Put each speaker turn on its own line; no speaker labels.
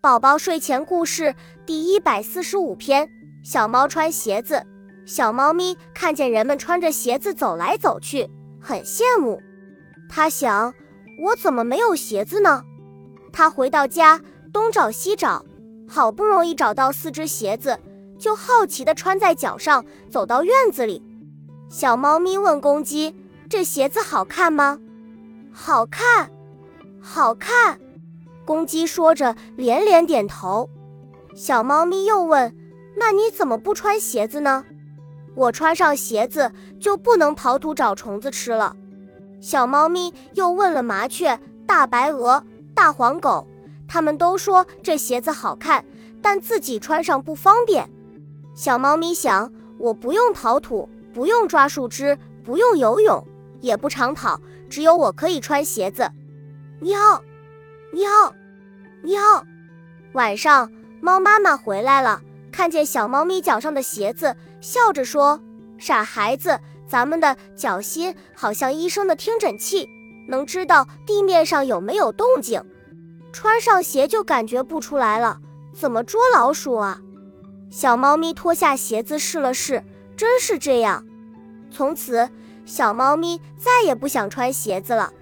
宝宝睡前故事第145篇：小猫穿鞋子。小猫咪看见人们穿着鞋子走来走去，很羡慕。它想，我怎么没有鞋子呢？它回到家，东找西找，好不容易找到4只鞋子，就好奇地穿在脚上，走到院子里。小猫咪问公鸡：这鞋子好看吗？好看，好看。公鸡说着连连点头。小猫咪又问：那你怎么不穿鞋子呢？我穿上鞋子就不能跑土找虫子吃了。小猫咪又问了麻雀、大白鹅、大黄狗，它们都说这鞋子好看，但自己穿上不方便。小猫咪想，我不用刨土，不用抓树枝，不用游泳，也不长跑，只有我可以穿鞋子。你好，你好，你好。晚上，猫妈妈回来了，看见小猫咪脚上的鞋子，笑着说：傻孩子，咱们的脚心好像医生的听诊器，能知道地面上有没有动静。穿上鞋就感觉不出来了，怎么捉老鼠啊？小猫咪脱下鞋子试了试，真是这样。从此，小猫咪再也不想穿鞋子了。